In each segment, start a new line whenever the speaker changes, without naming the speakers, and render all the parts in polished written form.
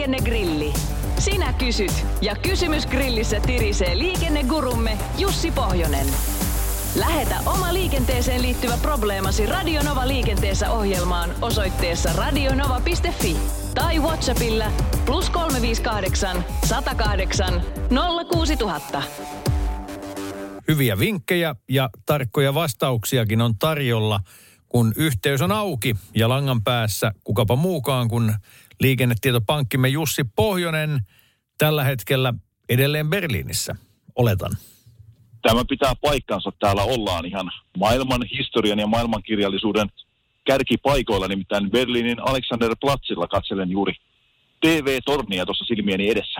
Liikennegrilli. Sinä kysyt ja kysymys grillissä tirisee liikennegurumme Jussi Pohjonen. Lähetä oma liikenteeseen liittyvä probleemasi Radio Nova liikenteessä -ohjelmaan osoitteessa radionova.fi tai WhatsAppilla +358 108 06000.
Hyviä vinkkejä ja tarkkoja vastauksiakin on tarjolla, kun yhteys on auki ja langan päässä kukapa muukaan kuin liikennetietopankkimme Jussi Pohjonen tällä hetkellä edelleen Berliinissä, oletan.
Tämä pitää paikkansa. Täällä ollaan ihan maailman historian ja maailmankirjallisuuden kärkipaikoilla, nimittäin Berliinin Alexanderplatzilla katselen juuri TV-tornia tuossa silmieni edessä.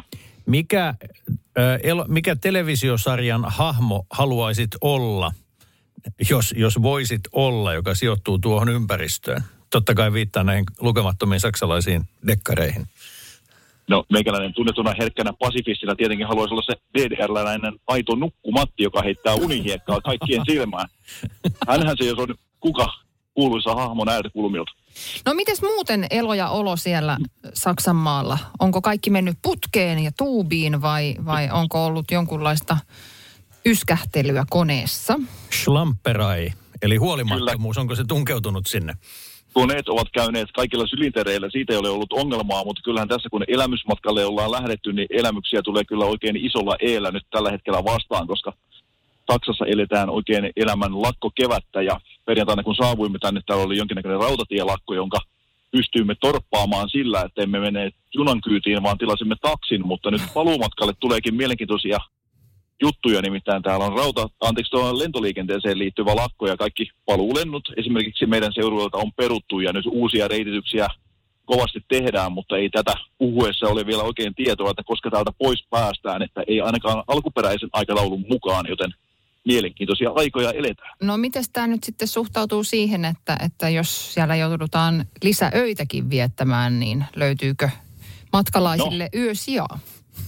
Mikä televisiosarjan hahmo haluaisit olla, jos voisit olla, joka sijoittuu tuohon ympäristöön? Totta kai viittaa näihin lukemattomiin saksalaisiin dekkareihin.
No, meikäläinen tunnetuna herkkänä pasifistina tietenkin haluaisi olla se DDR-läinen aito nukkumatti, joka heittää unihiekkaa kaikkien silmään. Hänhän se, jos on kuka kuuluisa hahmo näiltä kulmilta.
No mites muuten elo ja olo siellä Saksan maalla? Onko kaikki mennyt putkeen ja tuubiin vai onko ollut jonkunlaista yskähtelyä koneessa?
Schlamperai, eli huolimattomuus, onko se tunkeutunut sinne?
Koneet ovat käyneet kaikilla sylintereillä, siitä ei ole ollut ongelmaa, mutta kyllähän tässä kun elämysmatkalle ollaan lähdetty, niin elämyksiä tulee kyllä oikein isolla eellä nyt tällä hetkellä vastaan, koska Saksassa eletään oikein elämän lakkokevättä ja perjantaina kun saavuimme tänne, täällä oli jonkinnäköinen rautatielakko, jonka pystyimme torppaamaan sillä, että emme mene junan kyytiin, vaan tilasimme taksin, mutta nyt paluumatkalle tuleekin mielenkiintoisia juttuja, nimittäin täällä on lentoliikenteeseen liittyvä lakko ja kaikki paluulennot esimerkiksi meidän seuduilta on peruttu ja nyt uusia reitityksiä kovasti tehdään, mutta ei tätä puhuessa ole vielä oikein tietoa, että koska täältä pois päästään, että ei ainakaan alkuperäisen aikataulun mukaan, joten mielenkiintoisia aikoja eletään.
No miten tämä nyt sitten suhtautuu siihen, että jos siellä joudutaan lisäöitäkin viettämään, niin löytyykö matkalaisille yösijaa?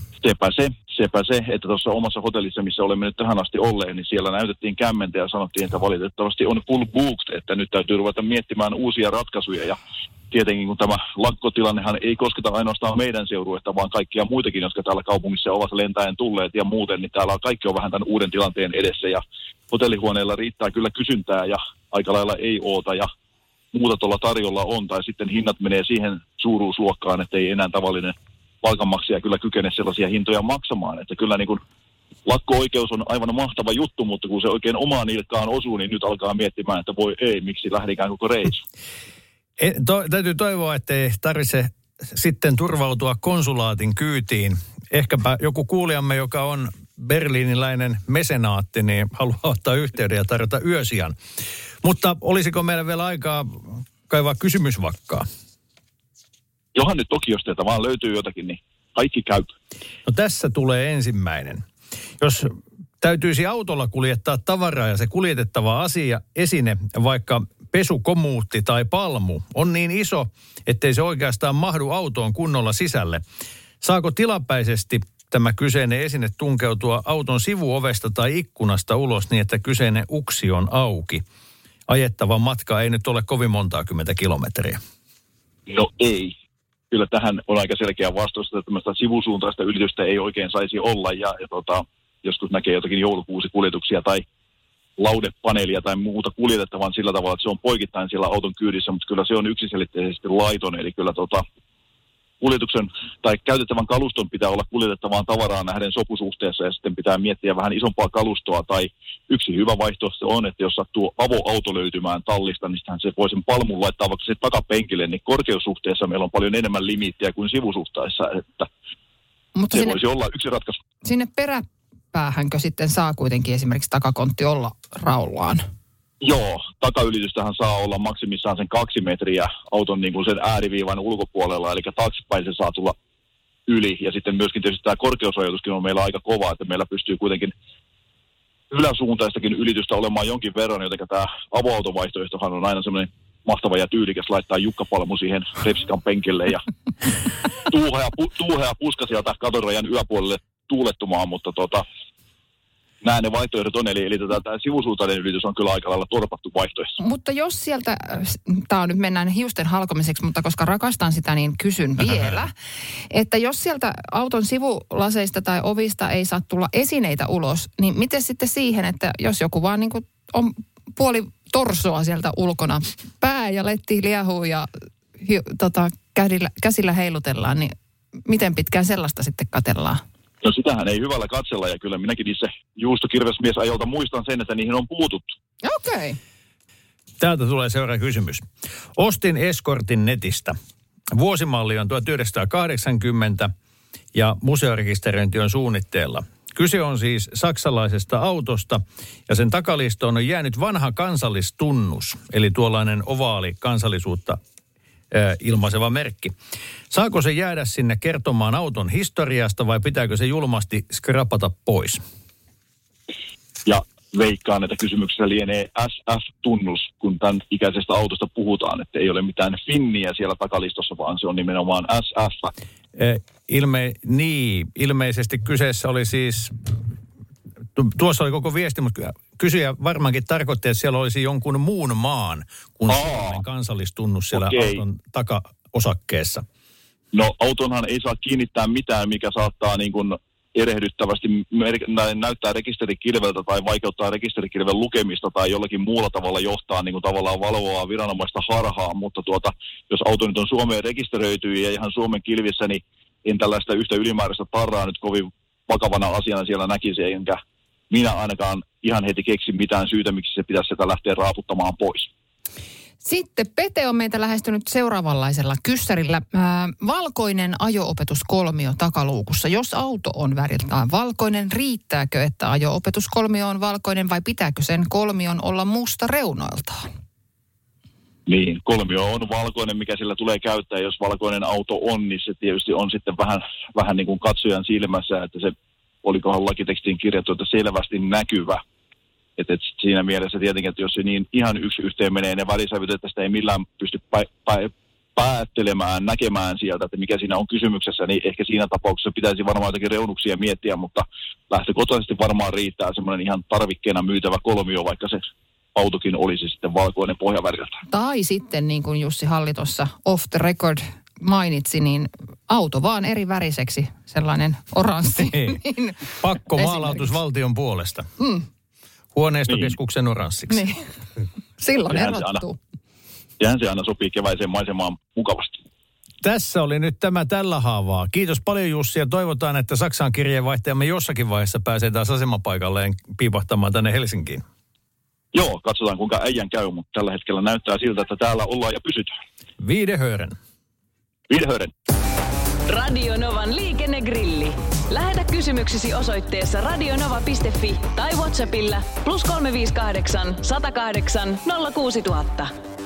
Sepä se, että tuossa omassa hotellissa, missä olemme nyt tähän asti olleet, niin siellä näytettiin kämmentä ja sanottiin, että valitettavasti on full booked, että nyt täytyy ruveta miettimään uusia ratkaisuja. Ja tietenkin kun tämä lakkotilannehan ei kosketa ainoastaan meidän seuruetta, vaan kaikkia muitakin, jotka täällä kaupungissa ovat lentäen tulleet ja muuten, niin täällä kaikki on vähän tämän uuden tilanteen edessä. Ja hotellihuoneilla riittää kyllä kysyntää ja aika lailla ei oota ja muuta tuolla tarjolla on. Tai sitten hinnat menee siihen suuruusluokkaan, että ei enää tavallinen palkanmaksaja kyllä kykene sellaisia hintoja maksamaan, että kyllä niin kuin lakko-oikeus on aivan mahtava juttu, mutta kun se oikein omaan nilkkaan osuu, niin nyt alkaa miettimään, että voi ei, miksi lähdikään koko reissu.
Täytyy toivoa, ettei tarvitse sitten turvautua konsulaatin kyytiin. Ehkäpä joku kuulijamme, joka on berliiniläinen mesenaatti, niin haluaa ottaa yhteyden ja tarjota yösijan. Mutta olisiko meillä vielä aikaa kaivaa kysymysvakkaa?
Johan nyt toki, jos teiltä vaan löytyy jotakin, niin kaikki käy.
No tässä tulee ensimmäinen. Jos täytyisi autolla kuljettaa tavaraa ja se kuljetettava esine, vaikka pesukomuutti tai palmu, on niin iso, ettei se oikeastaan mahdu autoon kunnolla sisälle. Saako tilapäisesti tämä kyseinen esine tunkeutua auton sivuovesta tai ikkunasta ulos niin, että kyseinen uksi on auki? Ajettava matka ei nyt ole kovin montaa kymmentä kilometriä.
No ei. Kyllä tähän on aika selkeä vastaus, että tämmöistä sivusuuntaista ylitystä ei oikein saisi olla. Ja joskus näkee jotakin joulukuusikuljetuksia tai laudepaneelia tai muuta kuljetettavan sillä tavalla, että se on poikittain siellä auton kyydissä, mutta kyllä se on yksiselitteisesti laiton. Eli kyllä kuljetuksen tai käytettävän kaluston pitää olla kuljetettavaan tavaraan nähden sopusuhteessa ja sitten pitää miettiä vähän isompaa kalustoa. Tai yksi hyvä vaihtoehto on, että jos sattuu avoauto löytymään tallista, niin se voi sen palmun laittaa vaikka se takapenkille, niin korkeussuhteessa meillä on paljon enemmän limiittiä kuin sivusuhteessa, että mutta se voisi olla yksi ratkaisu.
Sinne peräpäähänkö sitten saa kuitenkin esimerkiksi takakontti olla raollaan?
Joo, takaylitystähän saa olla maksimissaan sen 2 metriä auton niin kuin sen ääriviivan ulkopuolella, eli taaksepäin se saa tulla yli. Ja sitten myöskin tietysti tämä korkeusrajoituskin on meillä aika kova, että meillä pystyy kuitenkin yläsuuntaistakin ylitystä olemaan jonkin verran, joten tämä avoautovaihtoehtohan on aina semmoinen mahtava ja tyylikäs laittaa jukkapalmu siihen repsikan penkille ja tuuhea puska sieltä katonrajan yläpuolelle tuulettumaan, mutta nämä ne vaihtoehdot on. Eli tämä sivusuuntainen ylitys on kyllä aika lailla torpattu vaihtoehto.
Mutta jos sieltä, tämä on nyt mennään hiusten halkomiseksi, mutta koska rakastan sitä, niin kysyn vielä. Että jos sieltä auton sivulaseista tai ovista ei saa tulla esineitä ulos, niin miten sitten siihen, että jos joku vaan niin kuin on puoli torsoa sieltä ulkona, pää ja letti liehuu ja käsillä heilutellaan, niin miten pitkään sellaista sitten katsellaan?
No sitähän ei hyvällä katsella, ja kyllä minäkin niissä juustokirvesmiesajolta muistan sen, että niihin on puututtu.
Okei. Okay.
Täältä tulee seuraava kysymys. Ostin Escortin netistä. Vuosimalli on 1980 ja museorekisteröinti on suunnitteilla. Kyse on siis saksalaisesta autosta ja sen takalistoon on jäänyt vanha kansallistunnus, eli tuollainen ovaali kansallisuutta ilmaiseva merkki. Saako se jäädä sinne kertomaan auton historiasta vai pitääkö se julmasti skrapata pois?
Ja veikkaan, että kysymyksessä lienee SF-tunnus, kun tämän ikäisestä autosta puhutaan, että ei ole mitään finniä siellä takalistossa, vaan se on nimenomaan SF.
Ilmeisesti kyseessä oli siis, tuossa oli koko viesti, mutta kysyjä varmaankin tarkoitti, että siellä olisi jonkun muun maan kuin Suomen kansallistunnus siellä auton takaosakkeessa.
No autonhan ei saa kiinnittää mitään, mikä saattaa niin kuin erehdyttävästi näyttää rekisterikilveltä tai vaikeuttaa rekisterikilven lukemista tai jollakin muulla tavalla johtaa niin kuin tavallaan valvovaa viranomaista harhaan, mutta jos auto nyt on Suomeen rekisteröity ja ihan Suomen kilvissä, niin en tällaista yhtä ylimääräistä tarraa nyt kovin vakavana asiana siellä näkisi, enkä minä ainakaan ihan heti keksi mitään syytä, miksi se pitäisi sitä lähteä raaputtamaan pois.
Sitten Pete on meitä lähestynyt seuraavanlaisella kyssärillä. Valkoinen ajo-opetuskolmio takaluukussa. Jos auto on väriltään valkoinen, riittääkö, että ajo-opetuskolmio on valkoinen vai pitääkö sen kolmion olla musta reunoiltaan?
Niin, kolmio on valkoinen, mikä sillä tulee käyttää. Jos valkoinen auto on, niin se tietysti on sitten vähän niin kuin katsojan silmässä, että se olikohan lakitekstiin kirjattu, että selvästi näkyvä. Että siinä mielessä tietenkin, että jos se niin ihan yksi yhteen menee ne välisävyt, että sitä ei millään pysty päättelemään, näkemään sieltä, että mikä siinä on kysymyksessä, niin ehkä siinä tapauksessa pitäisi varmaan jotakin reunuksia miettiä, mutta lähtökohtaisesti varmaan riittää semmoinen ihan tarvikkeena myytävä kolmio, vaikka se autokin olisi sitten valkoinen pohjaväriltä. Tai
sitten, niin kuin Jussi Halli tuossa off the record mainitsi, niin auto vaan eri väriseksi, sellainen oranssi.
Niin. Pakko maalautus valtion puolesta. Huoneistokeskuksen niin. Oranssiksi. Niin.
Silloin erottuu.
Sehän se aina sopii keväiseen maisemaan mukavasti.
Tässä oli nyt tämä tällä haavaa. Kiitos paljon Jussi ja toivotaan, että Saksan kirjeenvaihtajamme jossakin vaiheessa pääsee taas asemapaikalleen piipahtamaan tänne Helsinkiin.
Joo, katsotaan kuinka äijän käy, mutta tällä hetkellä näyttää siltä, että täällä ollaan ja pysytään.
Wiederhören.
Wiederhören.
Radio Novan liikennegrilli. Lähetä kysymyksesi osoitteessa radionova.fi tai WhatsAppilla +358 108 06000.